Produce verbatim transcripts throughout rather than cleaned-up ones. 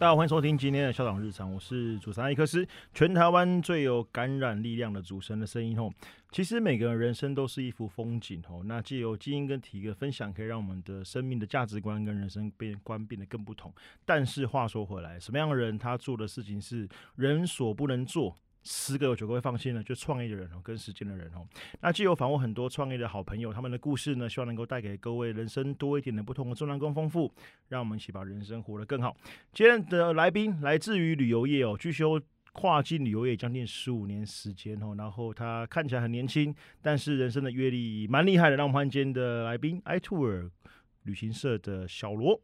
大家好，欢迎收听今天的校长日常，我是主持人艾克斯，全台湾最有感染力量的主持人的声音吼。其实每个人人生都是一幅风景吼，那藉由基因跟体格分享，可以让我们的生命的价值观跟人生观变得更不同。但是话说回来，什么样的人他做的事情是人所不能做？十个有九个会放弃呢，就创业的人哦，跟实践的人哦。那既有访问很多创业的好朋友，他们的故事呢，希望能够带给各位人生多一点的不同的重量跟丰富，让我们一起把人生活得更好。今天的来宾来自于旅游业哦，据说跨境旅游业将近十五年时间哦，然后他看起来很年轻，但是人生的阅历蛮厉害的。让我们欢迎今天的来宾 iTour 旅行社的小罗。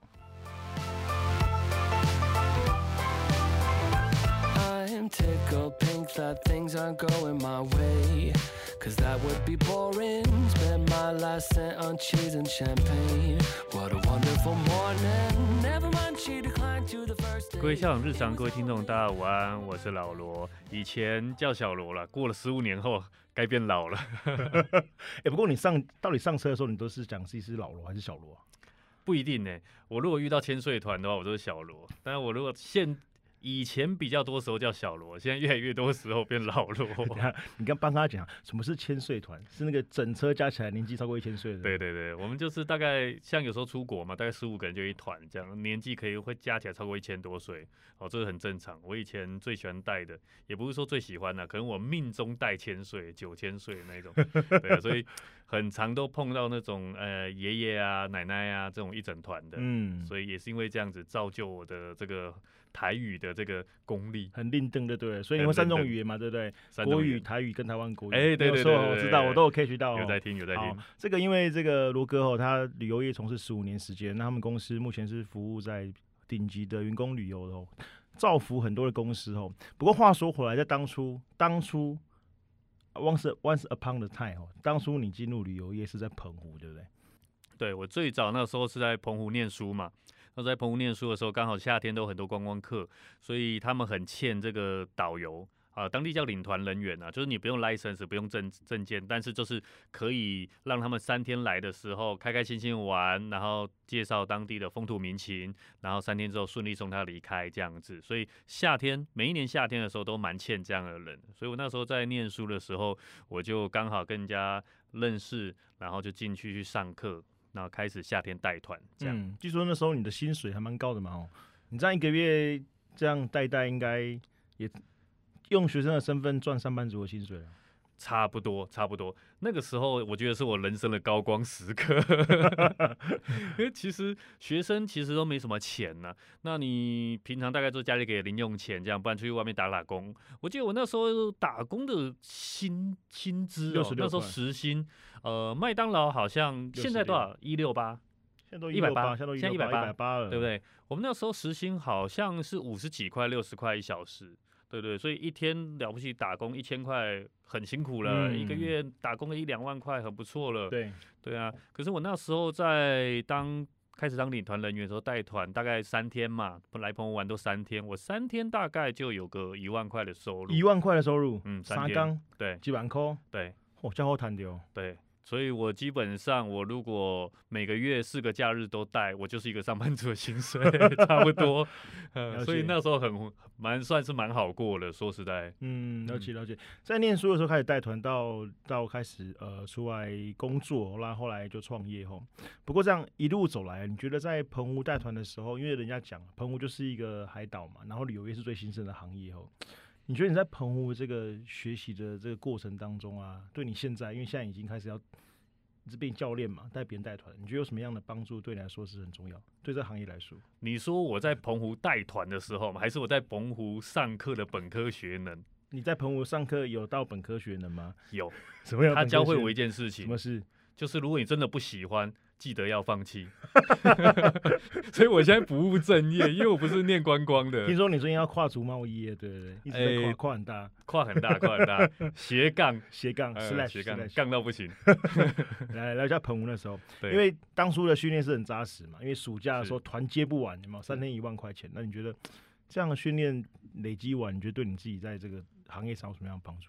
Tickle pink that things aren't going my way, cause that would be boring. Spend my last cent on cheese and champagne. What a wonderful morning. Never mind, she declined to the first day. 各位校长日常，各位听众，大家午安，我是老罗，以前叫小罗了，过了十五年后该变老了。 欸、不过你上到底上车的时候，你都是讲自己是老罗还是小罗、啊？ 不一定呢、欸。我如果遇到千岁团的话，我都是小罗；但是我如果现以前比较多时候叫小罗，现在越来越多时候变老罗。 你刚帮他讲什么是千岁团？是那个整车加起来年纪超过一千岁的。 对对对，我们就是大概像有时候出国嘛，大概十五个人就一团这样，年纪可以会加起来超过一千多岁，哦，这是很正常。我以前最喜欢带的，也不是说最喜欢的，可能我命中带千岁、九千岁的那种，对啊，所以很常都碰到那种呃爷爷啊、奶奶啊这种一整团的，嗯，所以也是因为这样子造就我的这个台语的这个功力， 很令登的，对，所以你会三种语言嘛，对不对？国语、台语跟台湾国语。 哎、欸，对对 对, 对, 对， 我知道，我都有 catch 到、哦， 有在听，有在听。 这个因为这个罗哥哦，他旅游业从事十五年时间，那他们公司目前是服务在顶级的员工旅游的哦，造福很多的公司哦。不过话说回来，在当初，当初 once once upon a time 哦，当初你进入旅游业是在澎湖，对不对？ 对，我最早那时候是在澎湖念书嘛。那在澎湖念书的时候，刚好夏天都很多观光客，所以他们很欠这个导游啊，当地叫领团人员啊，就是你不用 license， 不用证证件，但是就是可以让他们三天来的时候开开心心玩，然后介绍当地的风土民情，然后三天之后顺利送他离开这样子。所以夏天每一年夏天的时候都蛮欠这样的人，所以我那时候在念书的时候，我就刚好跟人家认识，然后就进去去上课。然后开始夏天带团，这样、嗯。 据说那时候你的薪水还蛮高的嘛，哦，你这样一个月这样带带，应该也用学生的身份赚上班族的薪水了。 差不多，差不多。那个时候，我觉得是我人生的高光时刻，因为其实学生其实都没什么钱呢、啊。那你平常大概就家里给零用钱这样，不然出去外面打打工。我记得我那时候打工的薪薪资哦，那时候时薪，呃，麦当劳好像现在多少？一六八。 现在都一百八， 现在一百八了，对不对？我们那时候时薪好像是五十几块、六十块一小时。对对，所以一天了不起打工一千块很辛苦了、嗯，一个月打工个一两万块很不错了。 对对啊，可是我那时候在当开始当领团人员的时候，带团大概三天嘛，来澎湖玩都三天，我三天大概就有个一万块的收入。 一万块的收入， 嗯， 三天对， 几万块， 对， 哦，这好谈的哦， 对。所以我基本上，我如果每个月四个假日都带，我就是一个上班族的薪水，差不多。呃、所以那时候很蛮算是蛮好过的，说实在。 嗯，了解了解。在念书的时候开始带团，到到开始呃出来工作，然后后来就创业吼。不过这样一路走来，你觉得在澎湖带团的时候，因为人家讲澎湖就是一个海岛嘛，然后旅游业是最兴盛的行业吼。你觉得你在澎湖这个学习的这个过程当中啊，对你现在，因为现在已经开始要你是变教练嘛，带别人带团，你觉得有什么样的帮助对你来说是很重要？对这个行业来说， 你说我在澎湖带团的时候，还是我在澎湖上课的本科学能？ 你在澎湖上课有到本科学能吗？ 有， 什么样？ 他教会我一件事情， 什么事？ 就是如果你真的不喜欢。记得要放弃，所以我现在不务正业，因为我不是念观光的。 听说你最近要跨足贸易，对对对，一直在跨、欸、跨很大， 跨很大，跨很大，斜杠斜杠， 呃、斜杠杠到不行。 来聊一下澎湖那时候，因为当初的训练是很扎实嘛，因为暑假的时候团接不完，有没有三天一万块钱？那你觉得这样的训练累积完，你觉得对你自己在这个行业上有什么样的帮助？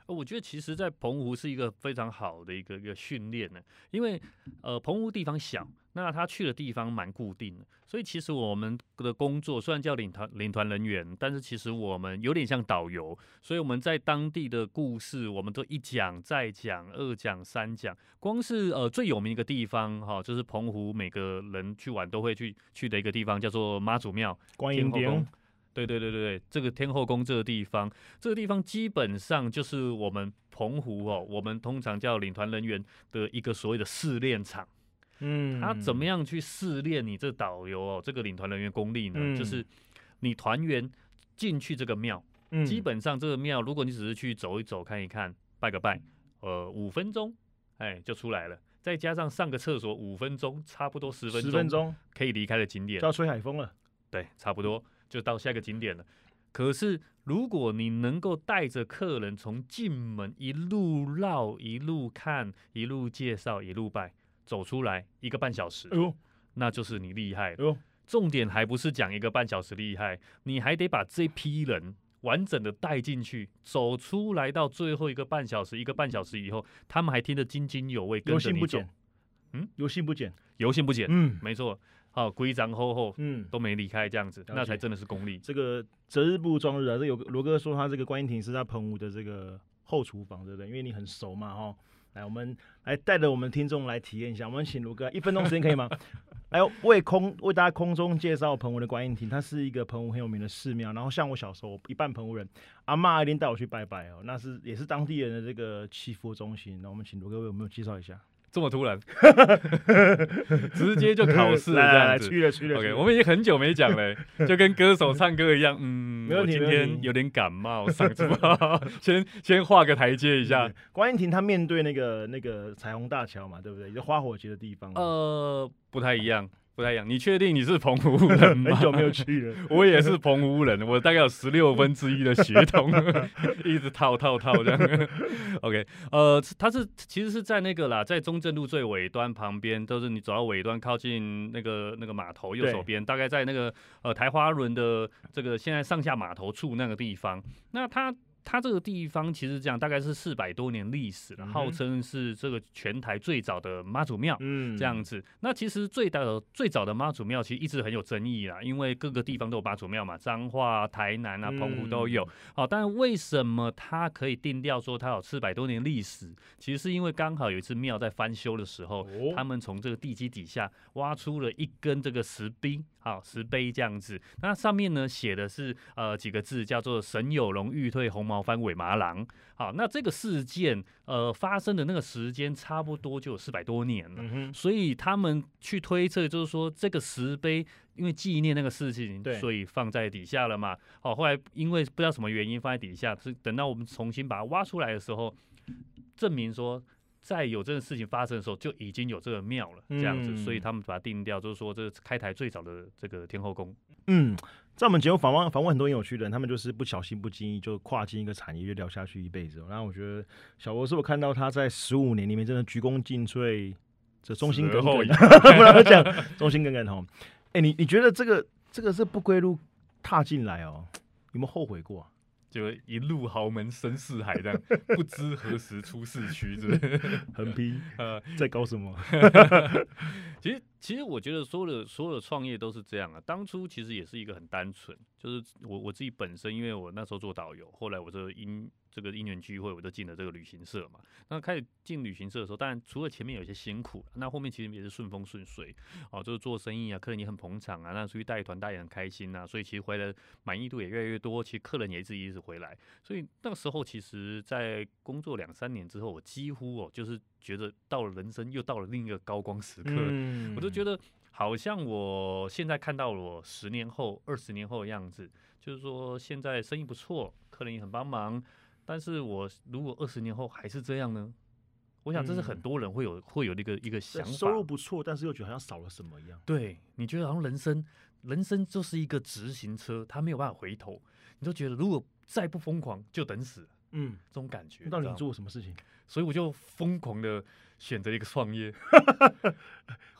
我觉得其实，在澎湖是一个非常好的一个一个训练呢，因为呃，澎湖地方小，那他去的地方蛮固定的，所以其实我们的工作虽然叫领团领团人员，但是其实我们有点像导游，所以我们在当地的故事，我们都一讲再讲，二讲三讲。光是呃最有名的一个地方哈、哦，就是澎湖每个人去玩都会去去的一个地方，叫做妈祖庙、 观音殿。 对对对对对，这个天后宫这个地方，这个地方基本上就是我们澎湖哦，我们通常叫领团人员的一个所谓的试炼场。嗯，他怎么样去试炼你这导游哦，这个领团人员功力呢？嗯、就是你团员进去这个庙，嗯、基本上这个庙，如果你只是去走一走、看一看、拜个拜，呃，五分钟，哎，就出来了。再加上上个厕所五分钟，差不多十分钟，十分钟可以离开的景点， 就要吹海风了。 对，差不多。就到下一个景点了。可是如果你能够带着客人从进门一路绕、一路看、一路介绍、一路拜，走出来一个半小时，哎呦，那就是你厉害了。哎呦，重点还不是讲一个半小时厉害，你还得把这批人完整的带进去，走出来到最后一个半小时，一个半小时以后，他们还听得津津有味，跟着你走。 嗯，油性不减， 油性不减，嗯，没错。好，规章厚厚，嗯，都没离开这样子，那才真的是功力。 这个择日不如撞日啊！这有罗哥说他这个观音亭是在澎湖的这个后厨房，对不对？因为你很熟嘛，哈。来，我们来带着我们听众来体验一下。我们请罗哥一分钟时间可以吗？来为空为大家空中介绍澎湖的观音亭，它是一个澎湖很有名的寺庙。然后像我小时候，一半澎湖人，阿嬷一定带我去拜拜哦，那是也是当地人的这个祈福中心。那我们请罗哥为我们介绍一下。 这么突然，直接就考试了这样子。 去了去了。 OK， 我们已经很久没讲了，就跟歌手唱歌一样。嗯，我今天有点感冒，嗓子不好，先先画个台阶一下。 观音亭它面对那个那个彩虹大桥嘛，对不对？就花火节的地方。 呃，不太一样。不太一样，你确定你是澎湖人吗？ 很久没有去了， 我也是澎湖人，我大概有十六分之一的血统，一直套套套这样。OK， 呃，它是其实是在那个啦，在中正路最尾端旁边，都是你走到尾端靠近那个那个码头右手边，大概在那个呃台花轮的这个现在上下码头处那个地方。那它。它这个地方其实这样，大概是四百多年历史了，嗯、号称是这个全台最早的妈祖庙，嗯，这样子。那其实最早最早的妈祖庙其实一直很有争议啦，因为各个地方都有妈祖庙嘛，彰化、台南啊、澎湖都有。好、嗯，但为什么它可以定调说它有四百多年历史？其实是因为刚好有一次庙在翻修的时候，哦、他们从这个地基底下挖出了一根这个石碑，好石碑这样子。那上面呢写的是呃几个字，叫做“沈有容欲退红毛番尾麻郎”。好，那这个事件呃发生的那个时间差不多就有四百多年了，嗯、所以他们去推测就是说这个石碑因为纪念那个事情，所以放在底下了嘛。好，后来因为不知道什么原因放在底下，是等到我们重新把它挖出来的时候，证明说。在有这个事情发生的时候，就已经有这个庙了，这样子，嗯、所以他们把它定调，就是说这是开台最早的这个天后宫。 嗯，在我们节目访问访问很多很有趣的人，他们就是不小心不经意就跨进一个产业，就聊下去一辈子。然后我觉得小博士，我看到他在十五年里面真的鞠躬尽瘁，这忠心耿耿，不能讲忠心耿耿哦。哎，你你觉得这个这个是不归路踏进来哦，有没有后悔过、啊？ 就一入豪门深似海这样，不知何时出市区，是不是？ 横批呃，在搞什么？ 其实，其实我觉得所有的所有的创业都是这样啊。当初其实也是一个很单纯，就是我我自己本身，因为我那时候做导游，后来我这个因这个因缘聚会，我就进了这个旅行社嘛。那开始进旅行社的时候，当然除了前面有一些辛苦，那后面其实也是顺风顺水哦，就是做生意啊，客人也很捧场啊，那出去带团大家也很开心啊，所以其实回来满意度也越来越多，其实客人也一直一直回来。所以那个时候，其实，在工作两三年之后，我几乎哦，就是觉得到了人生又到了另一个高光时刻，嗯、我就觉得好像我现在看到了我十年后、二十年后的样子，就是说现在生意不错，客人也很帮忙，但是我如果二十年后还是这样呢？我想这是很多人会有、嗯、会有一个一个想法， 收入不错，但是又觉得好像少了什么一样。 对，你觉得好像人生人生就是一个直行车，它没有办法回头，你就觉得如果再不疯狂就等死。嗯，这种感觉。 到底你做什么事情？ 所以我就疯狂的选择一个创业。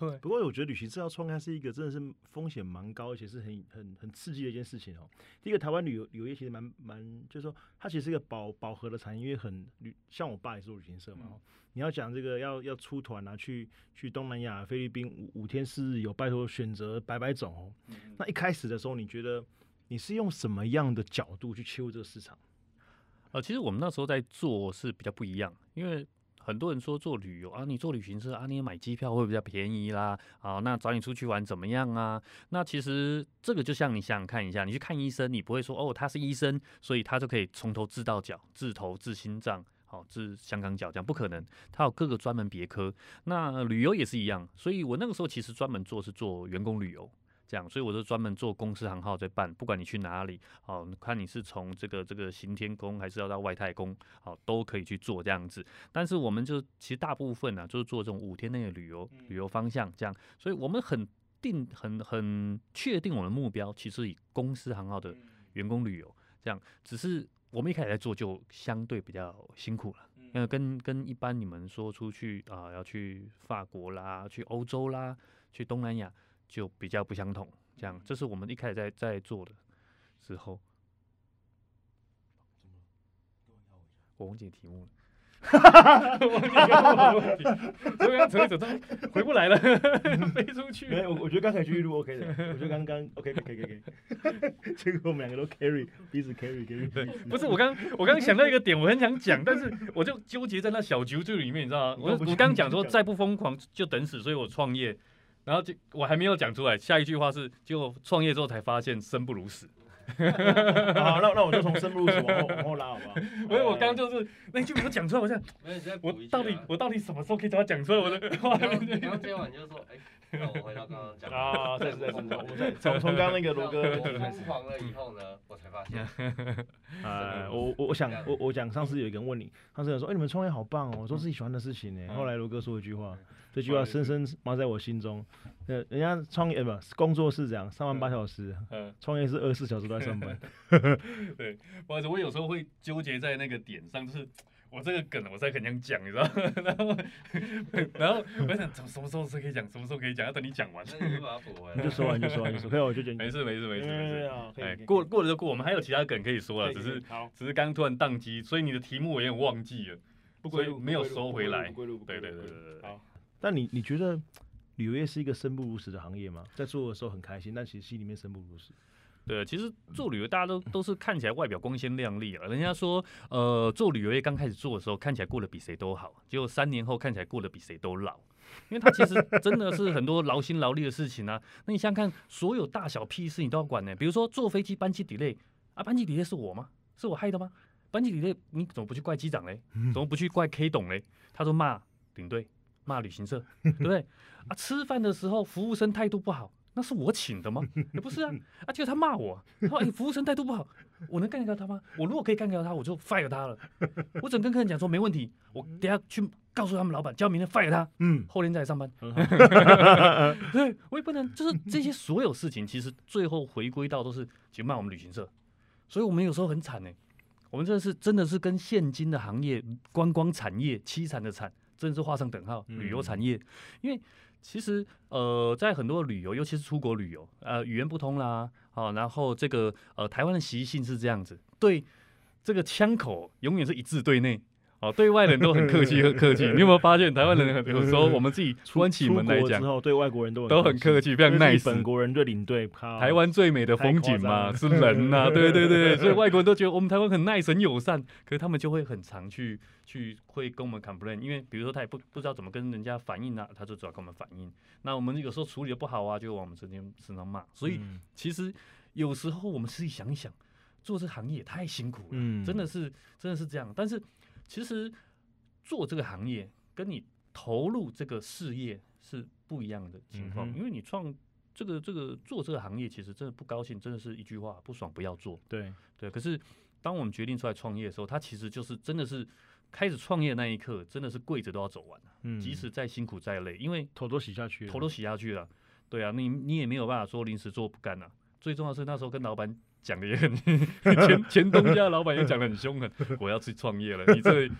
对。 不过我觉得旅行社要创业是一个真的是风险蛮高，而且是很很很刺激的一件事情哦。第一个，台湾旅游旅游业其实蛮蛮，就是说它其实是一个饱饱和的产业，因为很像我爸也是做旅行社嘛。嗯、你要讲这个要要出团啊，去去东南亚、菲律宾五五天四日游，拜托选择百百种哦。嗯、那一开始的时候，你觉得你是用什么样的角度去切入这个市场？ 呃，其实我们那时候在做是比较不一样，因为很多人说做旅游啊，你做旅行社啊，你也买机票会比较便宜啦，啊，那找你出去玩怎么样啊？那其实这个就像你想想看一下，你去看医生，你不会说哦他是医生，所以他就可以从头治到脚，治头治心脏。好，治香港脚这样不可能，他有各个专门别科。那旅游也是一样，所以我那个时候其实专门做是做员工旅游。这样，所以我就专门做公司行号在办，不管你去哪里，哦，看你是从这个这个行天宫，还是要到外太空，好，都可以去做这样子。但是我们就其实大部分啊，就是做这种五天内的旅游，旅游方向这样，所以我们很定很很确定我们的目标，其实以公司行号的员工旅游这样，只是我们一开始在做就相对比较辛苦了，因为跟跟一般你们说出去啊、呃，要去法国啦，去欧洲啦，去东南亚。就比较不相同，这样，这是我们一开始在在做的时候。我忘记题目了。 我忘记问问题，所以刚扯一扯，回不来了，飞出去。 没有，我我觉得刚才继续录 OK 的，我觉得刚刚 OK 可以可以可以。结果我们两个都 carry， 彼此 carry carry。 对，不是我刚我刚想到一个点，我很想讲，但是我就纠结在那小九九里面，你知道吗？我我刚讲说再不疯狂就等死，所以我创业。然后就我还没有讲出来，下一句话是，结果创业之后才发现生不如死。 好，那那我就从生不如死往后往后拉，好不好？ 因为我刚就是那句没有讲出来，我想，我到底我到底什么时候可以把它讲出来？我的刚刚接完就说，哎，那我回到刚刚讲啊，对对对，我们从从刚刚那个罗哥疯狂了以后呢，我才发现， 呃，我我我想我我讲上次有一个人问你，上次有说，哎，你们创业好棒哦，做自己喜欢的事情呢。后来罗哥说一句话。这句话深深埋在我心中。呃，人家创业不工作是这样，上班八小时，嗯，创业是二十四小时都在上班。 对，不好意思，我有时候会纠结在那个点上，就是我这个梗我才很想讲，你知道吗？然后，然后我想什么时候是可以讲，什么时候可以讲，要等你讲完。 那你就把它补回来。 你就说完就说完就说，可以我就觉得没事没事没事没事。 哎， 过过了就过，我们还有其他梗可以说了，只是只是刚突然宕机，所以你的题目我有点忘记了，不归路没有收回来。对对对对对。好。 但你你觉得旅游业是一个生不如死的行业吗？在做的时候很开心，但其实心里面生不如死。 对，其实做旅游大家都都是看起来外表光鲜亮丽啊。人家说，呃，做旅游业刚开始做的时候，看起来过得比谁都好，结果三年后看起来过得比谁都老。因为他其实真的是很多劳心劳力的事情啊。那你想想看，所有大小屁事你都要管呢。比如说坐飞机班机 delay 啊，班机 delay 是我吗？是我害的吗？班机 delay 你怎么不去怪机长嘞？怎么不去怪 K 董嘞？他说骂领队。骂旅行社，对不对啊？吃饭的时候服务生态度不好，那是我请的吗？也不是啊，啊，结果他骂我，他说：“哎、欸，服务生态度不好，我能干掉他吗？我如果可以干掉他，我就 fire 他了。我只能跟客人讲说没问题，我等下去告诉他们老板，叫明天 fire 他，嗯，后天再来上班。对，我也不能，就是这些所有事情，其实最后回归到都是去骂我们旅行社，所以我们有时候很惨呢、欸。我们真的是真的是跟现今的行业观光产业凄惨的惨。”真的是画上等号，旅游产业，因为其实呃，在很多旅游，尤其是出国旅游，呃，语言不通啦，好、哦，然后这个呃，台湾的习性是这样子，对这个腔口永远是一致对内，哦，对外人都很客气，很客气。你有没有发现，台湾人有时候我们自己关起门来讲， 之后对外国人都都很客气，非常 nice。 本国人对领队， 台湾最美的风景嘛，是人呐、啊，对对对，所以外国人都觉得我们台湾很 nice 很友善，可是他们就会很常去去会跟我们 complain， 因为比如说他也不不知道怎么跟人家反映啊，他就只要跟我们反映。那我们有时候处理的不好啊，就往我们身边身上骂。所以其实有时候我们自己想一想，做这行业也太辛苦了，嗯、真的是真的是这样。但是其实做这个行业跟你投入这个事业是不一样的情况，嗯、因为你创这个这个做这个行业，其实真的不高兴，真的是一句话，不爽不要做。 对对，可是当我们决定出来创业的时候，它其实就是真的是开始创业那一刻，真的是跪着都要走完、嗯、即使再辛苦再累，因为头都洗下去了， 头都洗下去了。对啊，你你也没有办法说临时做不干啊。最重要的是那时候跟老板讲的也很前前东家老板也讲的很凶狠，我要去创业了，你这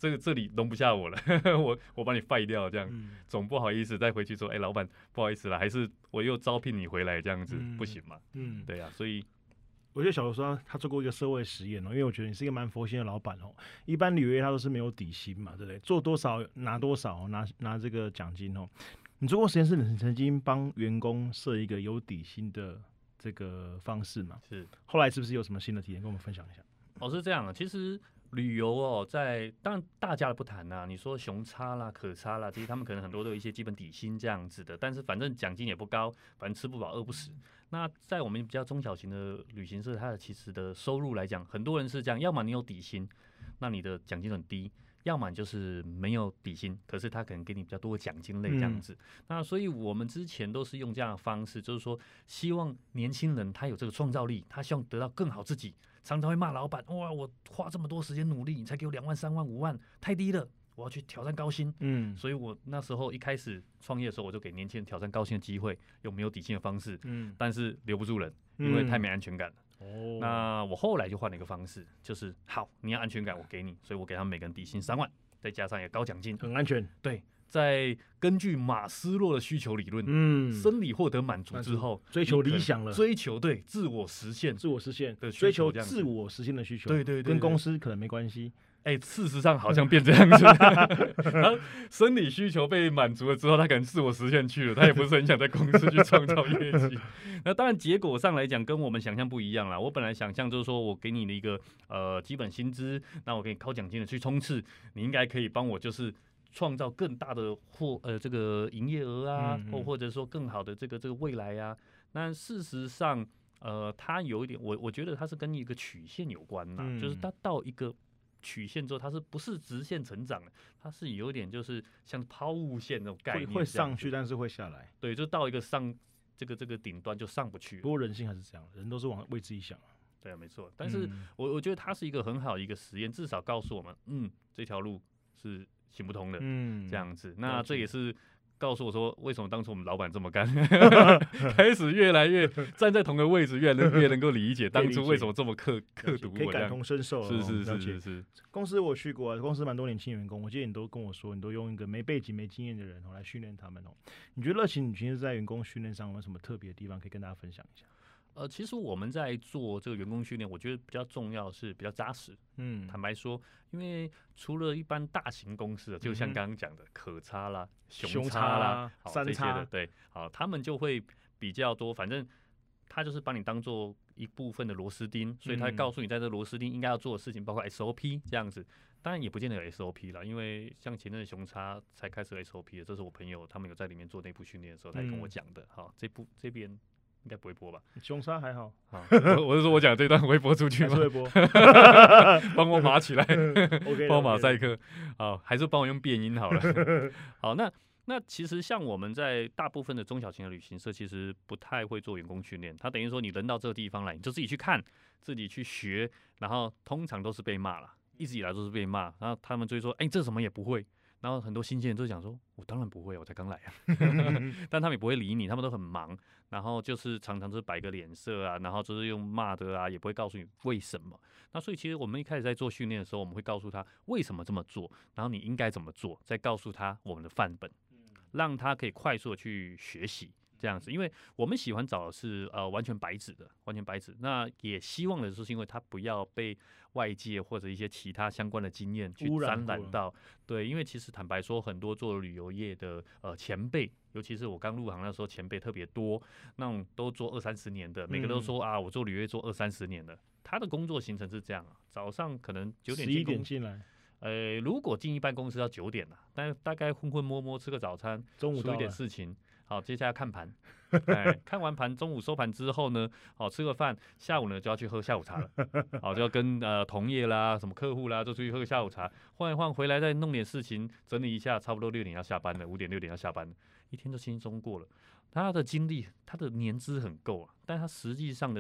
这个这里容不下我了，我我把你废掉，这样、 嗯、 总不好意思再回去说，哎、欸，老板不好意思了，还是我又招聘你回来这样子， 嗯、 不行嘛？ 嗯， 对啊，所以。 我觉得小刘说他做过一个社会实验哦，因为我觉得你是一个蛮佛心的老板哦。一般履约他都是没有底薪嘛，对不对？做多少拿多少，拿拿这个奖金哦。你做过实验室，你曾经帮员工设一个有底薪的这个方式嘛？ 是。 后来是不是有什么新的体验，跟我们分享一下？ 哦，是这样的，其实旅游哦，在当然大家的不谈呐、啊，你说熊差啦、可差啦，其实他们可能很多都有一些基本底薪这样子的，但是反正奖金也不高，反正吃不饱饿不死。那在我们比较中小型的旅行社，它的其实的收入来讲，很多人是这样，要么你有底薪，那你的奖金很低；要么就是没有底薪，可是他可能给你比较多的奖金类这样子。嗯、那所以我们之前都是用这样的方式，就是说希望年轻人他有这个创造力，他希望得到更好自己，常常会骂老板：哇，我花这么多时间努力，你才给我两万、三万、五万，太低了。我要去挑战高薪，嗯，所以我那时候一开始创业的时候，我就给年轻人挑战高薪的机会，用没有底薪的方式，嗯，但是留不住人，因为太没安全感了。哦，那我后来就换了一个方式，就是好，你要安全感，我给你，所以我给他们每个人底薪三万，再加上一个高奖金， 很安全。 对，在根据马斯洛的需求理论，嗯，生理获得满足之后， 追求理想了， 追求对自我实现， 自我实现的追求自我实现的需求， 对对 对, 对， 跟公司可能没关系。 哎、欸，事实上好像变这样子，然后生理需求被满足了之后，他可能自我实现去了，他也不是很想在公司去创造业绩。那当然结果上来讲，跟我们想象不一样啦。我本来想象就是说我给你的一个呃基本薪资，那我给你高奖金的去冲刺，你应该可以帮我就是创造更大的或呃这个营业额啊，嗯嗯或或者说更好的这个这个未来啊。那事实上，呃，它有一点，我我觉得它是跟一个曲线有关啦，嗯、就是它到一个曲线之后，它是不是直线成长的？它是有点就是像抛物线那种概念， 会会上去，但是会下来。 对，就到一个上这个这个顶端就上不去。 不过人性还是这样，人都是往为自己想。 对啊，没错。但是我我觉得它是一个很好的一个实验，至少告诉我们，嗯，这条路是行不通的，嗯，这样子。那这也是告诉我说，为什么当初我们老板这么干，开始越来越站在同个位置，越能越能够理解当初为什么这么刻刻毒我， 可以感同身受。 是是是是是。 公司我去过啊，公司蛮多年轻员工，我记得你都跟我说，你都用一个没背景、没经验的人哦来训练他们哦。你觉得热情女性在员工训练上有没有什么特别的地方可以跟大家分享一下？ 呃，其实我们在做这个员工训练，我觉得比较重要是比较扎实。嗯，坦白说，因为除了一般大型公司的，就像刚刚讲的可差啦、熊差啦、 三这些的，对，好，他们就会比较多，反正他就是把你当做一部分的螺丝钉，所以他会告诉你在这螺丝钉应该要做的事情，包括 S O P 这样子。当然也不见得有 S O P 啦，因为像前阵的熊差才开始有 S O P 的，这是我朋友他们有在里面做内部训练的时候，他跟我讲的。好，这部这边应该不会播吧？ 熊差还好， 好我, 我是说我讲这段会播出去吗？ 会播， 帮我码起来， 嗯、 帮我马赛克，好，还是帮我用变音好了。好，那那其实像我们在大部分的中小型的旅行社，其实不太会做员工训练。他等于说你人到这个地方来，你就自己去看，自己去学，然后通常都是被骂了，一直以来都是被骂，然后他们就会说，哎、欸，这什么也不会。然后很多新鲜人都讲说，我当然不会，我才刚来啊。但他们也不会理你，他们都很忙，然后就是常常就是摆个脸色啊，然后就是用骂的啊，也不会告诉你为什么。那所以其实我们一开始在做训练的时候，我们会告诉他为什么这么做，然后你应该怎么做，再告诉他我们的范本，让他可以快速的去学习。这样子，因为我们喜欢找的是呃完全白纸的，完全白纸。那也希望的是，因为他不要被外界或者一些其他相关的经验去沾染到。对，因为其实坦白说，很多做旅游业的呃前辈，尤其是我刚入行那时候，前辈特别多，那种都做二三十年的，每个都说、嗯、啊，我做旅游业做二三十年的。他的工作行程是这样啊，早上可能九点十一点进来。 呃，如果进一般公司要九点了，但大概混混摸摸吃个早餐， 中午出一点事情。好，接下来看盘，哎，看完盘，中午收盘之后呢，好吃个饭，下午呢就要去喝下午茶了，好，就要跟呃同业啦、什么客户啦，就出去喝个下午茶，换一换回来再弄点事情，整理一下，差不多六点要下班了，五点六点要下班了，一天就轻松过了。他的精力，他的年资很够啊，但他实际上的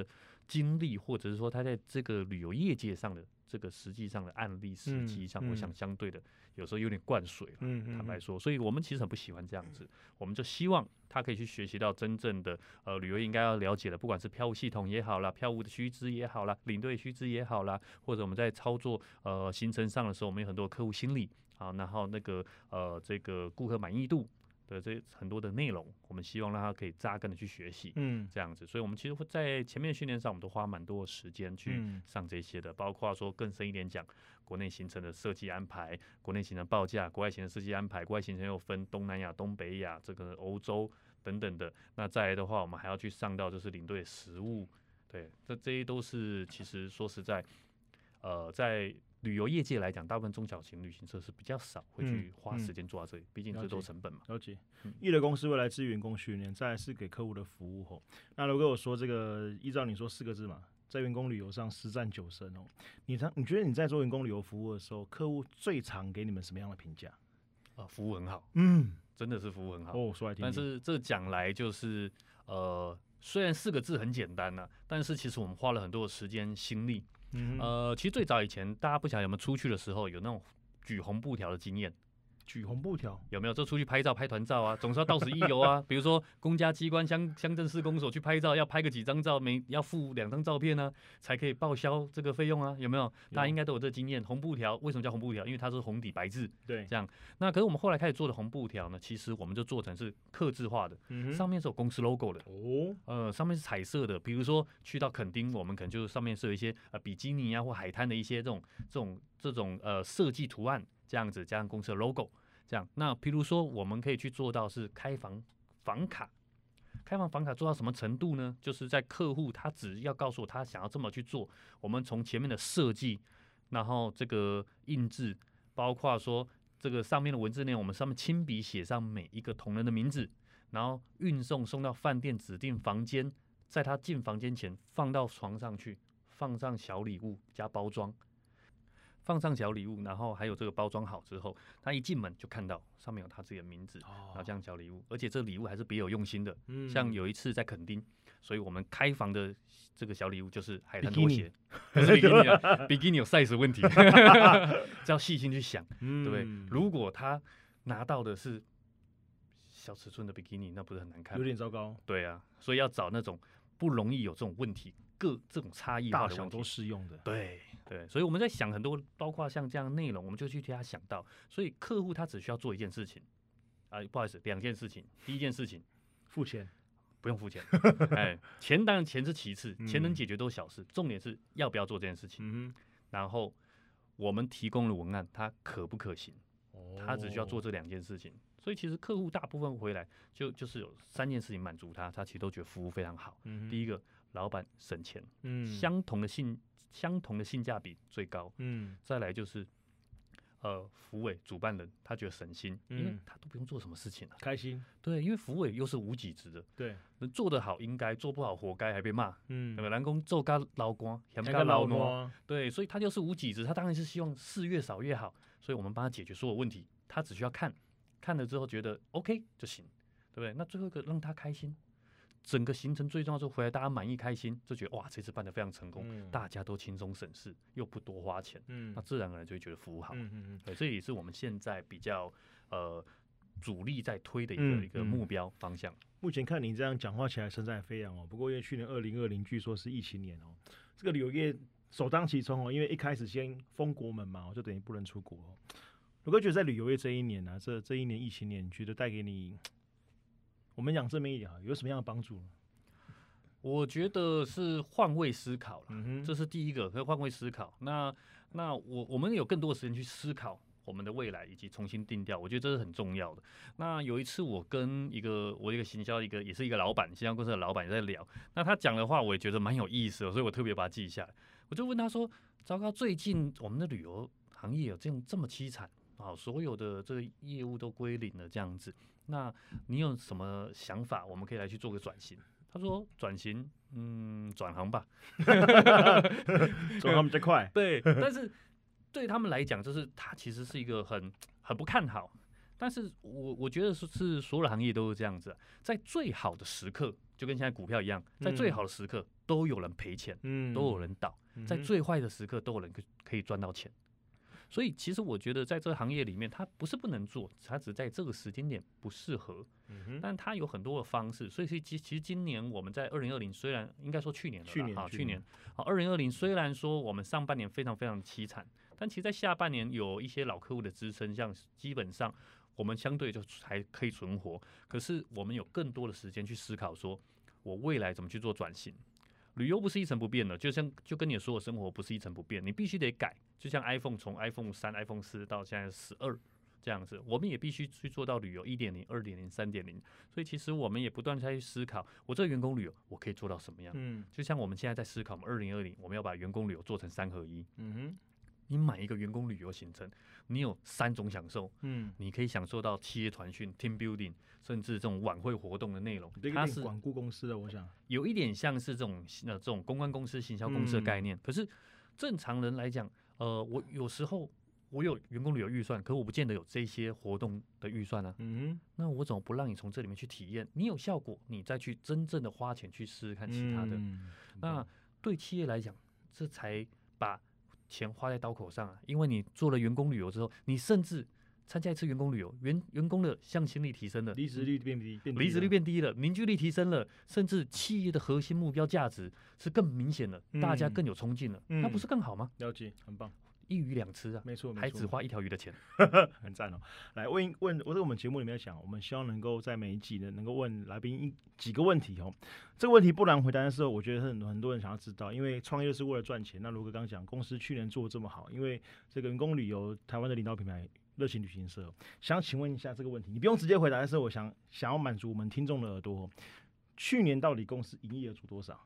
经历，或者是说他在这个旅游业界上的这个实际上的案例实际上， 嗯、 我想相对的有时候有点灌水了。 嗯嗯、 坦白说，所以我们其实很不喜欢这样子，我们就希望他可以去学习到真正的呃旅游应该要了解的，不管是票务系统也好啦，票务的须知也好啦，领队须知也好啦，或者我们在操作呃行程上的时候，我们有很多客户心理啊，然后那个呃这个顾客满意度的这很多的内容，我们希望让他可以扎根的去学习，嗯，这样子，所以我们其实会在前面训练上，我们都花蛮多的时间去上这些的，嗯、包括说更深一点讲国内行程的设计安排，国内行程报价，国外行程设计安排，国外行程又分东南亚、东北亚、这个欧洲等等的。那再来的话，我们还要去上到就是领队的实务，对，这这些都是其实说实在，呃，在旅游业界来讲，大部分中小型旅行社是比较少会去花时间做到这里，毕、嗯嗯、竟这都成本嘛。 了解。一流公司未来支援员工训练，再来是给客户的服务吼。那如果我说这个，依照你说四个字嘛，在员工旅游上实战九胜哦。你你觉得你在做员工旅游服务的时候，客户最常给你们什么样的评价？ 啊，服务很好， 嗯， 真的是服务很好。 哦，说来听听。 但是这讲来就是呃，虽然四个字很简单呐、啊，但是其实我们花了很多的时间心力。嗯、呃，其实最早以前，大家不晓得有没有出去的时候有那种举红布条的经验？ 举红布条有没有？就出去拍照、拍团照啊，总是要到此一游啊。比如说公家机关、乡乡镇市公所去拍照，要拍个几张照，每要附两张照片呢、啊，才可以报销这个费用啊，有没有？大家应该都有这个经验。红布条为什么叫红布条？因为它是红底白字， 对， 这样。那可是我们后来开始做的红布条呢，其实我们就做成是客制化的，嗯、上面是有公司 logo 的哦，呃，上面是彩色的。比如说去到垦丁，我们可能就上面是有一些呃比基尼啊或海滩的一些这种这种这种呃设计图案，这样子加上公司的 logo。这样，那譬如说，我们可以去做到是开房房卡，开房房卡做到什么程度呢？就是在客户他只要告诉我他想要这么去做，我们从前面的设计，然后这个印制，包括说这个上面的文字内容，我们上面亲笔写上每一个同仁的名字，然后运送送到饭店指定房间，在他进房间前放到床上去，放上小礼物加包装。放上小礼物，然后还有这个包装好之后，他一进门就看到上面有他自己的名字，哦、然后这样小礼物，而且这礼物还是别有用心的。嗯、像有一次在垦丁，所以我们开房的这个小礼物就是海滩拖鞋，不是比基尼啊，比基尼有 size 问题，要细心去想，嗯、对不对？如果他拿到的是小尺寸的比基尼，那不是很难看？有点糟糕。 对啊，所以要找那种不容易有这种问题。各这种差异化的问题大小都适用的， 对对，所以我们在想很多，包括像这样的内容，我们就去替他想到。所以客户他只需要做一件事情，啊、呃，不好意思，两件事情。第一件事情， 付钱， 不用付钱，哎，钱当然钱是其次，钱能解决都是小事，嗯、重点是要不要做这件事情。嗯、然后我们提供的文案，它可不可行？哦、他只需要做这两件事情。所以其实客户大部分回来就就是有三件事情满足他，他其实都觉得服务非常好。嗯、第一个，老板省钱，嗯，相同的性相同的性价比最高，嗯，再来就是呃，福委主办人他觉得省心，嗯、因为他都不用做什么事情了， 开心， 对，因为福委又是无给职的， 对， 做得好应该，做不好活该还被骂，嗯，对吧？人工做干劳官，嫌干劳挪，对，所以他就是无给职，他当然是希望事越少越好，所以我们帮他解决所有问题，他只需要看。看了之后觉得 OK 就行，对不对？那最后一个让他开心，整个行程最重要是回来大家满意开心，就觉得哇这次办得非常成功，嗯、大家都轻松省事，又不多花钱，嗯、那自然而然就会觉得服务好。嗯嗯嗯，对，这也是我们现在比较呃主力在推的一个、嗯、一个目标方向。 目前看你这样讲话起来声在飞扬哦，不过因为去年二零二零据说是疫情年哦，这个旅游业首当其冲哦，因为一开始先封国门嘛，就等于不能出国哦。我觉得在旅游业这一年啊，这这一年疫情年，你觉得带给你，我们讲正面一点啊，有什么样的帮助呢？ 我觉得是换位思考了，嗯、这是第一个，可以换位思考。那那我我们有更多的时间去思考我们的未来以及重新定调，我觉得这是很重要的。那有一次我跟一个我一个行销一个也是一个老板，行销公司的老板也在聊，那他讲的话我也觉得蛮有意思的，所以我特别把它记下来。我就问他说：“糟糕，最近我们的旅游行业有这样这么凄惨？”好，所有的这个业务都归零了，这样子。那你有什么想法？我们可以来去做个转型。他说转型，嗯，转行吧， 转行比较快。 对，但是对他们来讲，就是他其实是一个很很不看好， 但是我我觉得是是所有的行业都是这样子、啊，在最好的时刻，就跟现在股票一样，在最好的时刻都有人赔钱，嗯，都有人倒，在最坏的时刻都有人可以赚到钱。所以其实我觉得在这个行业里面，它不是不能做，它只是在这个时间点不适合。嗯、但它有很多的方式。所以其其实今年我们在二零二零，虽然应该说去年了， 去年啊，去年好，二零二零虽然说我们上半年非常非常凄惨，但其实在下半年有一些老客户的支撑，像基本上我们相对就还可以存活。可是我们有更多的时间去思考，说我未来怎么去做转型。旅游不是一成不变的，就像就跟你说的生活不是一成不变，你必须得改。就像 iPhone 从 iPhone 三、iPhone 四到现在十二这样子，我们也必须去做到旅游一点零、二点零、三点零。所以其实我们也不断在去思考，我这个员工旅游我可以做到什么样？嗯，就像我们现在在思考，我们二零二零我们要把员工旅游做成三合一。嗯哼。你买一个员工旅游行程，你有三种享受，嗯，你可以享受到企业团训、team building， 甚至这种晚会活动的内容。 它是管顾公司的，我想有一点像是这种呃这种公关公司、行销公司的概念。嗯、可是正常人来讲，呃，我有时候我有员工旅游预算，可我不见得有这些活动的预算啊。嗯，那我怎么不让你从这里面去体验？你有效果，你再去真正的花钱去试试看其他的。嗯、那对企业来讲，这才把钱花在刀口上啊，因为你做了员工旅游之后，你甚至参加一次员工旅游，员员工的向心力提升了， 离职率变低， 离职率变低了，凝聚力提升了，甚至企业的核心目标价值是更明显了，嗯、大家更有冲劲了，嗯、那不是更好吗？ 了解，很棒。 一鱼两吃啊， 没错， 还只花一条鱼的钱， 很赞哦。来问问，我在我们节目里面讲，我们希望能够在每一集呢，能够问来宾几个问题哦。这个问题不难回答的时候，我觉得很多很多人想要知道，因为创业是为了赚钱。那如果刚刚讲公司去年做这么好，因为这个员工旅游，台湾的领导品牌热情旅行社，想请问一下这个问题，你不用直接回答，但是我想想要满足我们听众的耳朵，去年到底公司营业额做多少？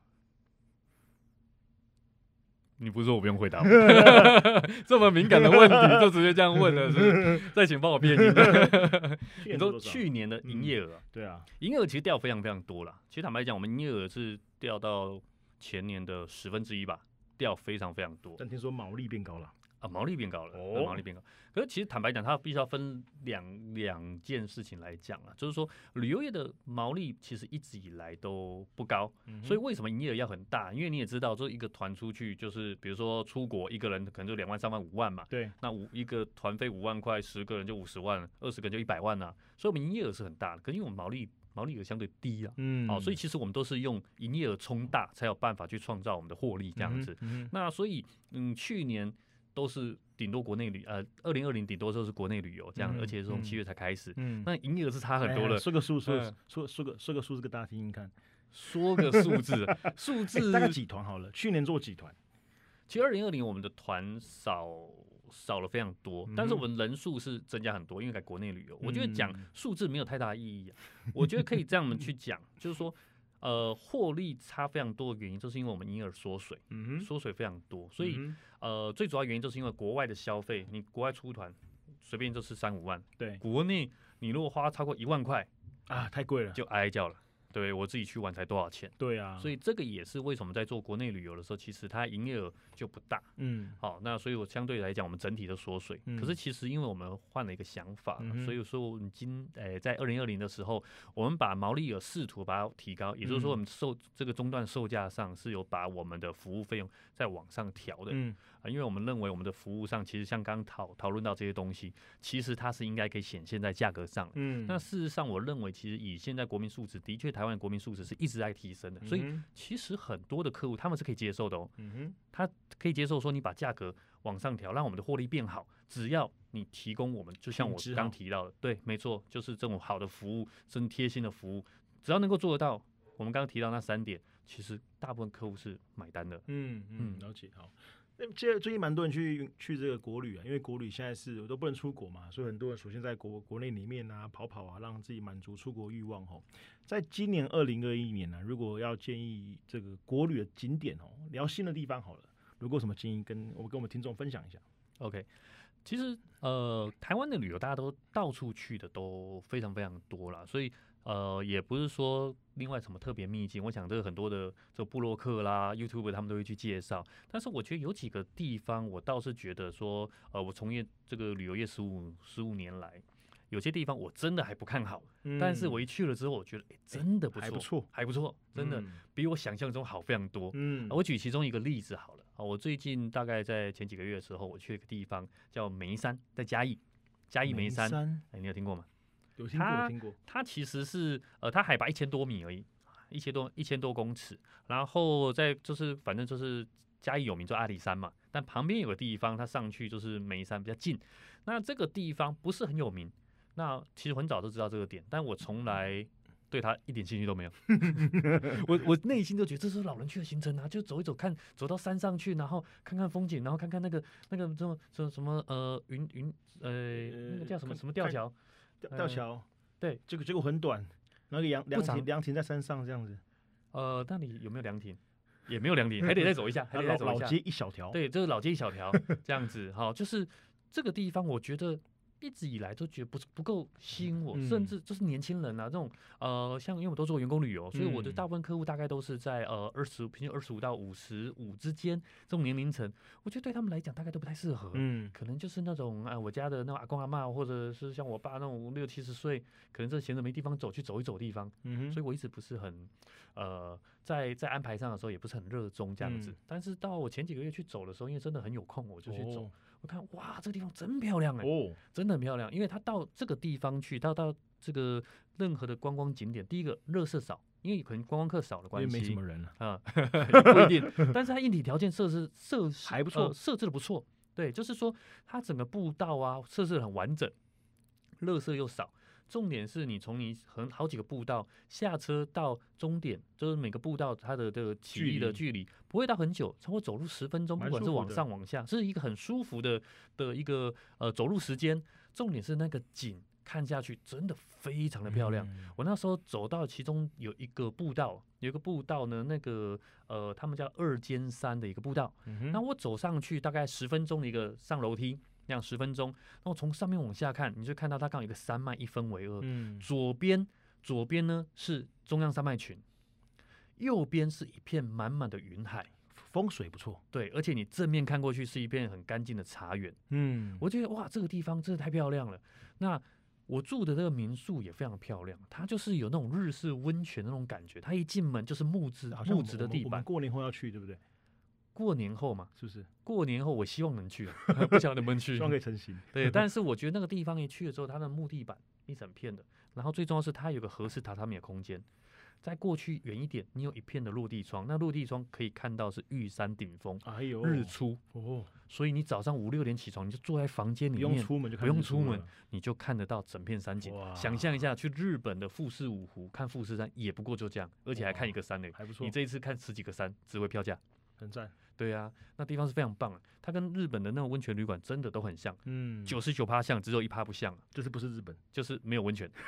你不是说我不用回答吗？这么敏感的问题就直接这样问了，是？再请帮我变音。你说去年的营业额、啊嗯， 对啊， 营业额其实掉非常非常多了。其实坦白讲，我们营业额是掉到前年的十分之一吧，掉非常非常多。 但听说毛利变高了。 啊，毛利变高了，哦、毛利变高。可是其实坦白讲，它必须要分两两件事情来讲啊，就是说旅游业的毛利其实一直以来都不高，嗯、所以为什么营业额要很大？因为你也知道，说一个团出去，就是比如说出国，一个人可能就两万、三万、五万嘛。 对。 那五一个团费五万块，十个人就五十万，二十个人就一百万啊。所以我们营业额是很大的，可是因为我们毛利毛利额相对低啊，嗯，哦，所以其实我们都是用营业额冲大，才有办法去创造我们的获利这样子。嗯嗯、那所以，嗯，去年。都是顶多国内旅呃，二零二零顶多都是国内旅游这样，嗯、而且是从七月才开始，嗯、那营业额是差很多了。 哎、说个数说、嗯、说说个说个数字给大家听听看， 说个数字数字、 欸、大概几团好了？去年做几团？ 其实二零二零我们的团少少了非常多，嗯、但是我们人数是增加很多，因为在国内旅游，嗯、我觉得讲数字没有太大意义、啊。我觉得可以这样去讲，就是说。呃，获利差非常多的原因，就是因为我们营业额缩水，嗯、缩水非常多，所以、嗯、呃，最主要原因就是因为国外的消费，你国外出团随便就是三五万， 对， 国内你如果花超过一万块啊，太贵了， 就哀叫了。对我自己去玩才多少钱？ 对啊， 所以这个也是为什么在做国内旅游的时候，其实它营业额就不大。嗯，好，那所以我相对来讲，我们整体的缩水。嗯、可是其实因为我们换了一个想法，嗯、所以说我们今诶在二零二零的时候，我们把毛利额试图把它提高，也就是说我们售这个终端售价上是有把我们的服务费用再往上调的。嗯。因为我们认为我们的服务上，其实像刚刚讨讨论到这些东西，其实它是应该可以显现在价格上。嗯，那事实上，我认为其实以现在国民素质，的确台湾的国民素质是一直在提升的，嗯、所以其实很多的客户他们是可以接受的哦。嗯哼，他可以接受说你把价格往上调，让我们的获利变好，只要你提供我们，就像我刚提到的，对，没错，就是这种好的服务，真贴心的服务，只要能够做得到，我们刚刚提到那三点，其实大部分客户是买单的。 嗯嗯，了解，好。最最近蛮多人去去这个国旅啊，因为国旅现在是我都不能出国嘛，所以很多人首先在国国内里面啊跑跑啊，让自己满足出国欲望吼。在今年二零二一年呢、啊，如果要建议这个国旅的景点哦，聊新的地方好了，如果有什么建议跟我跟我们听众分享一下。 OK， 其实呃台湾的旅游大家都到处去的都非常非常多啦，所以。呃，也不是说另外什么特别秘境，我想这个很多的这个部落客啦、YouTube 他们都会去介绍。但是我觉得有几个地方，我倒是觉得说，呃，我从业这个旅游业十五十五年来， 有些地方我真的还不看好， 嗯但是我一去了之后，我觉得哎、真的不错， 还不错， 还不错，真的、 嗯比我想象中好非常多。 嗯， 我举其中一个例子好了啊，我最近大概在前几个月的时候，我去了一个地方叫眉山，在嘉义，嘉义眉山， 山哎、你有听过吗？ 有听过， 它有听过， 它其实是呃，它海拔一千多米而已，一千多一千多公尺，然后在就是反正就是嘉义有名就阿里山嘛，但旁边有个地方，它上去就是眉山比较近。那这个地方不是很有名，那其实很早就知道这个点，但我从来对它一点兴趣都没有。我我内心就觉得这是老人去的行程啊，就走一走看，走到山上去，然后看看风景，然后看看那个那个什么什么什么呃云云呃那个叫什么看什么吊桥。 吊吊桥， 对， 这个结果很短，然后凉凉长亭凉亭在山上这样子， 呃，那里有没有凉亭？也没有凉亭，还得再走一下，还得再走一下。 老老街一小条， 对，这是老街一小条这样子，好，就是这个地方，我觉得一直以来都觉得不不够吸引我， 嗯甚至就是年轻人啊，这种呃，像因为我都做员工旅游，所以我的嗯大部分客户大概都是在呃二十平均二十五到五十五之间这种年龄层，我觉得对他们来讲大概都不太适合。 嗯， 可能就是那种啊、呃，我家的那种阿公阿嬷，或者是像我爸那种六七十岁，可能这闲着没地方走，去走一走地方。 嗯哼， 所以我一直不是很，呃，在在安排上的时候也不是很热衷这样子。 嗯但是到我前几个月去走的时候，因为真的很有空，我就去走。 哦我看哇，这个地方真漂亮哎、 哦， 真的很漂亮。因为它到这个地方去，到到这个任何的观光景点，第一个垃圾少，因为可能观光客少的因为关系， 没什么人了， 啊，不一定。但是它硬体条件设施设施还不错呃设置的不错。对，就是说它整个步道啊设置的很完整，垃圾又少。重点是你从你很好几个步道下车到终点，就是每个步道它的这个起立的距离不会到很久，超过走路十分钟，不管是往蛮舒服的上往下，是一个很舒服的的一个呃走路时间。重点是那个景看下去真的非常的漂亮。 嗯我那时候走到其中有一个步道，有一个步道呢，那个呃他们叫二尖山的一个步道， 嗯哼那我走上去大概十分钟的一个上楼梯，那样十分钟，然后从上面往下看，你就看到它刚好有一个山脉一分为二， 嗯左边左边呢是中央山脉群，右边是一片满满的云海， 风水不错， 对，而且你正面看过去是一片很干净的茶园， 嗯， 我觉得哇，这个地方真的太漂亮了。那我住的这个民宿也非常漂亮，它就是有那种日式温泉那种感觉，它一进门就是木质木好像我们我们我们质的地板。 过年后要去，对不对？ 过年后嘛， 是不是？ 过年后我希望能去，不晓得能不能去希。望可以成型。 对，但是我觉得那个地方一去了之后，它的木地板一整片的，然后最重要是它有个合适榻榻米的空间。再过去远一点，你有一片的落地窗，那落地窗可以看到是玉山顶峰、 哎呦， 日出， 哦， 所以你早上五六点起床，你就坐在房间不里面， 用出门就看不用日出出门了， 你就看得到整片山景哇。 想象一下，去日本的富士五湖看富士山，也不过就这样，而且还看一个山呢。 还不错你，这一次看十几个山，只为票价。 很赞。 对啊，那地方是非常棒啊，它跟日本的那种温泉旅馆真的都很像， 嗯， 九十九趴像，只有一趴不像啊。 就是不是日本， 就是没有温泉。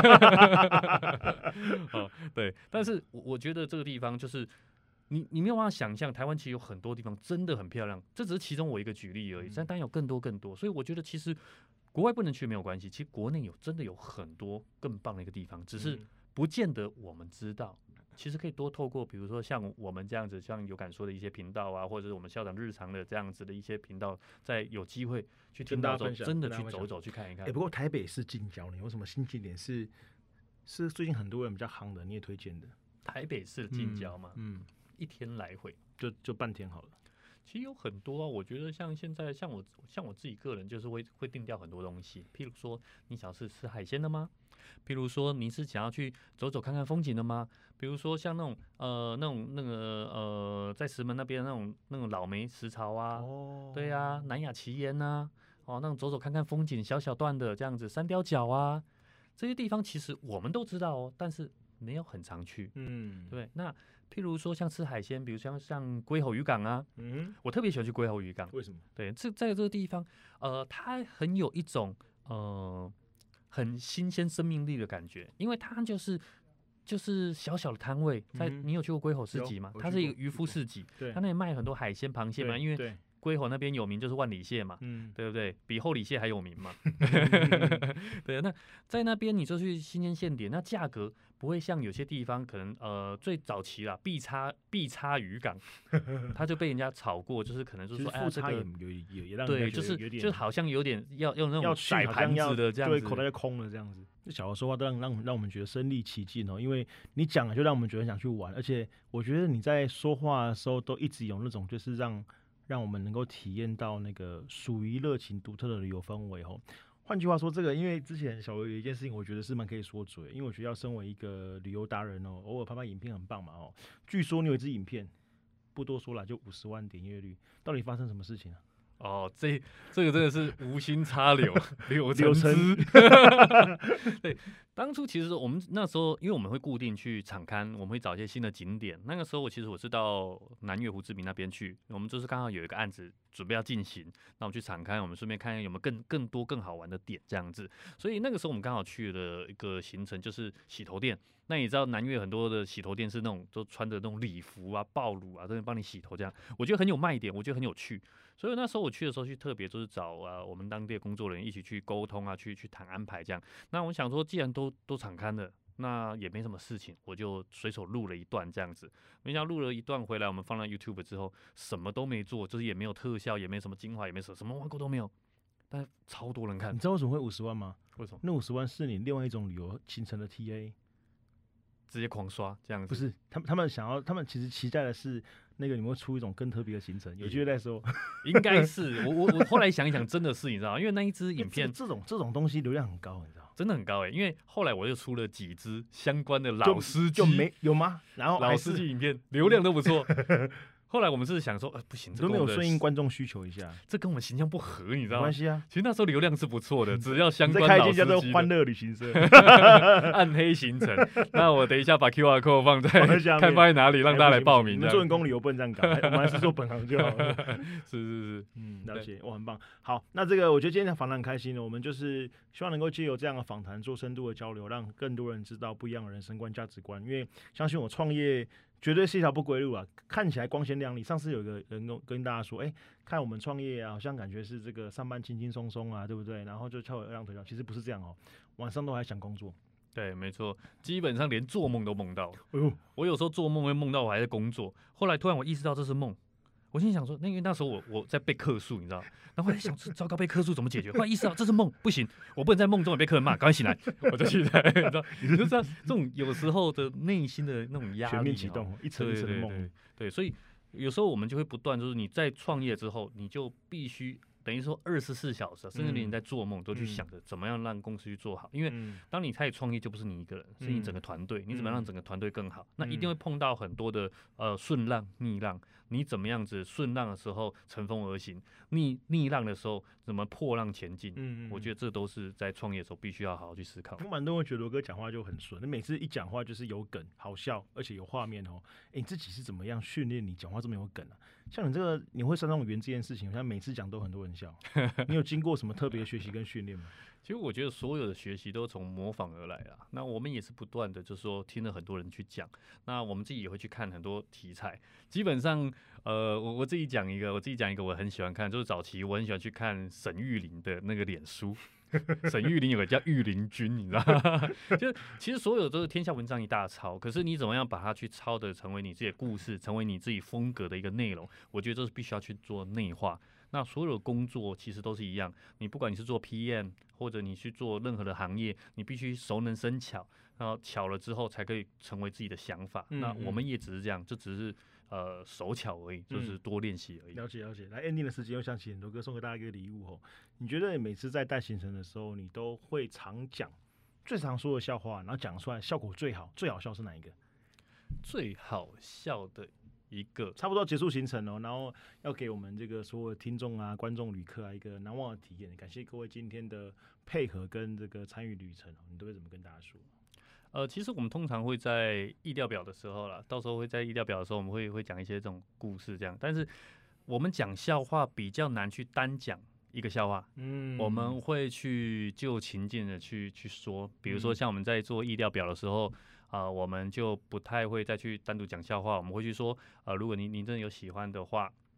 哦，对，但是我我觉得这个地方就是你你没有办法想象，台湾其实有很多地方真的很漂亮，这只是其中我一个举例而已， 嗯但当然有更多更多，所以我觉得其实国外不能去没有关系，其实国内有真的有很多更棒的一个地方，只是嗯不见得我们知道。其实可以多透过，比如说像我们这样子，像有感说的一些频道啊，或者是我们校长日常的这样子的一些频道，在有机会去听到之后， 跟大家分享真的跟大家分享去走一走，去看一看哎、。不过台北市近郊，你有什么新景点是是最近很多人比较夯的，你也推荐的？ 台北市的近郊嘛， 嗯， 一天来回， 就就半天好了。 其实有很多啊。我觉得像现在，像我像我自己个人，就是会会定掉很多东西。譬如说，你想要是吃海鲜的吗？譬如说，你是想要去走走看看风景的吗？比如说像那种呃那种那个呃在石门那边那种那种老梅石槽啊， 哦对啊，南雅奇岩呐，哦那种走走看看风景，小小段的这样子，三貂角啊，这些地方其实我们都知道哦，但是没有很常去。 嗯， 对，那譬如说像吃海鲜，比如像像龟吼渔港啊， 嗯， 我特别喜欢去龟吼渔港。 为什么？ 对，这在这个地方，呃，它很有一种呃很新鲜生命力的感觉，因为它就是就是小小的摊位，在、 嗯哼你有去过龟吼市集吗？它是一个渔有我去过夫市集， 对它那里卖很多海鲜、螃蟹嘛， 对因为对龟吼那边有名就是万里蟹嘛， 嗯， 对不对？比后里蟹还有名嘛。对，那在那边你就去新鲜现点，那价格不会像有些地方可能呃最早期啦，必差必差渔港，它就被人家炒过，就是可能就是说哎呀这个复差也有也也让对， 人家就是觉得有点就是好像有点要用那种要去摆盘好像要子的这样子， 对，口袋就空了这样子。这小的说话都让让让我们觉得身临其境哦，因为你讲了就让我们觉得很想去玩，而且我觉得你在说话的时候都一直有那种就是让让我们能够体验到那个属于热情独特的旅游氛围哦。换句话说，这个因为之前小维有一件事情，我觉得是蛮可以说嘴，因为我觉得要身为一个旅游达人哦，偶尔拍拍影片很棒嘛哦。据说你有一支影片，不多说了，就五十万点阅率，到底发生什么事情啊？ 哦，这这个真的是无心插柳，柳柳成成枝。对，当初其实我们那时候，因为我们会固定去场勘，我们会找一些新的景点。那个时候，我其实我是到南岳胡志明那边去，我们就是刚好有一个案子准备要进行，那我们去场勘，我们顺便看看有没有更更多更好玩的点这样子。所以那个时候我们刚好去了一个行程，就是洗头店。那你知道南岳很多的洗头店是那种都穿着那种礼服啊、暴露啊，在那帮你洗头这样，我觉得很有卖点，我觉得很有趣。所以那时候我去的时候，去特别就是找啊我们当地的工作人员一起去沟通啊，去去谈安排这样。那我想说，既然都都场勘了，那也没什么事情，我就随手录了一段这样子。没想到录了一段回来，我们放到 YouTube 之后，什么都没做，就是也没有特效，也没什么精华，也没什么什么挖沟都没有，但超多人看你。知道为什么会五十万吗？ 为什么？ 那五十万是你另外一种旅游行程的 T A， 直接狂刷这样子？ 不是他们他们想要，他们其实期待的是那个你们会出一种更特别的行程，有机会再说。 应该是我我我后来想一想，真的是你知道，因为那一支影片这这种这种东西流量很高，你知道。 真的很高哎、欸，因为后来我又出了几支相关的就老司机， 就没有吗？然后老还是司机影片流量都不错。后来我们是想说，呃，不行，这都没有跟我们的顺应观众需求一下， 这跟我们形象不合，你知没道吗？ 关系啊。 其实那时候流量是不错的，只要相你再开一关老司间叫做欢机的乐旅行社， 暗黑行程。那我等一下把 Q R code 放在放在下面看放在哪里，让大家来报名。 你这样们做人工旅游不能这样搞，我们还是做本行就好了。 是是是， 嗯，了解，哇，很棒。好，那这个我觉得今天的访谈很开心的，我们就是希望能够借由这样的访谈做深度的交流，让更多人知道不一样的人生观、价值观。因为相信我，创业绝对是一条不归路啊！看起来光鲜亮丽。上次有一个人跟跟大家说，哎、欸，看我们创业啊，好像感觉是这个上班轻轻松松啊，对不对？然后就翘二郎腿其实不是这样哦，晚上都还想工作。 对，没错，基本上连做梦都梦到。 哎呦， 我有时候做梦会梦到我还在工作，后来突然我意识到这是梦。我心想说，那因为那时候我我在被客诉，你知道，然后我在想，糟糕，被客诉怎么解决？后来意识到这是梦，不行，我不能在梦中也被客人骂，赶快醒来，我就起来，你知道，你就知道这种有时候的内心的那种压力， 全面启动，一层一层的梦。 对, 对, 对, 对，所以有时候我们就会不断，就是你在创业之后，你就必须等于说二十四小时，甚至连你在做梦都去想着怎么样让公司去做好，因为当你开始创业，就不是你一个人，是你整个团队，你怎么样让整个团队更好？那一定会碰到很多的呃顺浪逆浪。你怎么样子顺浪的时候乘风而行，逆逆浪的时候怎么破浪前进？嗯, 嗯，我觉得这都是在创业的时候必须要好好去思考。 我蛮多人觉得罗哥讲话就很顺，你每次一讲话就是有梗、好笑，而且有画面哦。哎、欸，你自己是怎么样训练你讲话这么有梗啊？像你这个，你会山上圆这件事情，好像每次讲都很多人笑。你有经过什么特别学习跟训练吗？ 其实我觉得所有的学习都从模仿而来啦。那我们也是不断的，就是说听了很多人去讲，那我们自己也会去看很多题材。基本上，呃，我我自己讲一个，我自己讲一个，我很喜欢看，就是早期我很喜欢去看沈玉琳的那个脸书。沈玉琳有个叫玉琳君，你知道吗？就其实所有都是天下文章一大抄，可是你怎么样把它去抄的成为你自己的故事，成为你自己风格的一个内容，我觉得这是必须要去做内化。那所有的工作其实都是一样，你不管你是做 P M 或者你去做任何的行业，你必须熟能生巧，然后巧了之后才可以成为自己的想法。嗯嗯，那我们也只是这样，这只是呃手巧而已，就是多练习而已。 嗯、了解了解。来 ending 的时间，又想起很多歌，送给大家一个礼物哦。你觉得你每次在带行程的时候，你都会常讲最常说的笑话，然后讲出来效果最好、最好笑是哪一个？ 最好笑的。一个差不多结束行程哦，然后要给我们这个所有的听众啊、观众、旅客啊一个难忘的体验。感谢各位今天的配合跟这个参与旅程，你都会怎么跟大家说？ 呃，其实我们通常会在意料表的时候啦，到时候会在意料表的时候，我们会会讲一些这种故事这样。但是我们讲笑话比较难去单讲一个笑话，嗯，我们会去就情境的去去说，比如说像我们在做意料表的时候。呃，我们就不太会再去单独讲笑话，我们会去说，呃，如果您您真的有喜欢的话，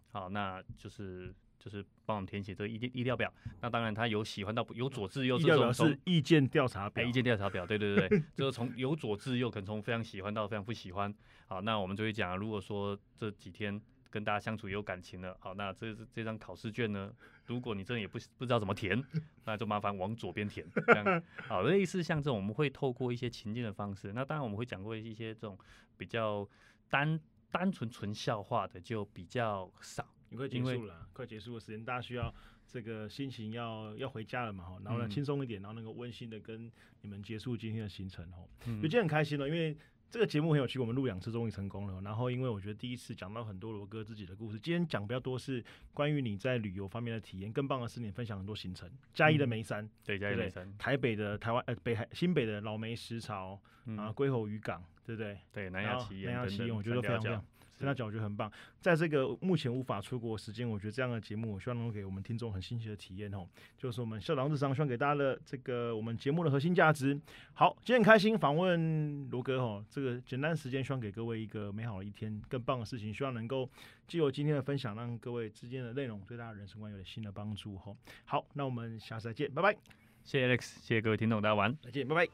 好，那就是就是帮我们填写这个意意料表。那当然，他有喜欢到有左至右， 意料表是意见调查表， 哎，意见调查表，对对对对，就是从由左至右，可能从非常喜欢到非常不喜欢。好，那我们就会讲，如果说这几天跟大家相处也有感情了，好，那这这张考试卷呢，如果你真的也不不知道怎么填，那就麻烦往左边填。这样，好，类似像这种，我们会透过一些情境的方式。那当然我们会讲过一些这种比较单单纯纯笑话的，就比较少。 你快结束了，快结束的时间，大家需要这个心情要要回家了嘛，然后呢轻松一点，然后那个温馨的跟你们结束今天的行程哦。嗯，就今天很开心了，因为这个节目很有趣，我们录两次终于成功了。然后因为我觉得第一次讲到很多罗哥自己的故事，今天讲比较多是关于你在旅游方面的体验，更棒的是你分享很多行程，嘉义的梅山，嗯、 对，嘉义梅山， 台北的台湾呃北海新北的老梅石槽、嗯、啊龟吼渔港，对不对？ 对，南亚奇岩， 南亚奇岩，我觉得非常非常。三条角我觉得很棒，在这个目前无法出国的时间，我觉得这样的节目，我希望能够给我们听众很新奇的体验哦。就是我们校长日常希望给大家的这个我们节目的核心价值。好，今天很开心访问罗哥哦，这个简单时间希望给各位一个美好的一天，更棒的事情，希望能够藉由今天的分享，让各位之间的内容对大家人生观有点新的帮助哦。好，那我们下次再见，拜拜。 谢谢 Alex， 谢谢各位听众，大家晚安， 再见，拜拜。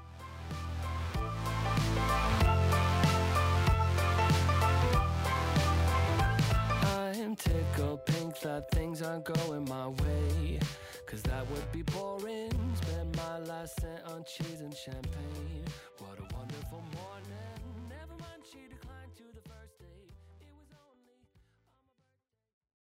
Tickled pink that things aren't going my way, cause that would be boring. Spend my last cent on cheese and champagne. What a wonderful morning.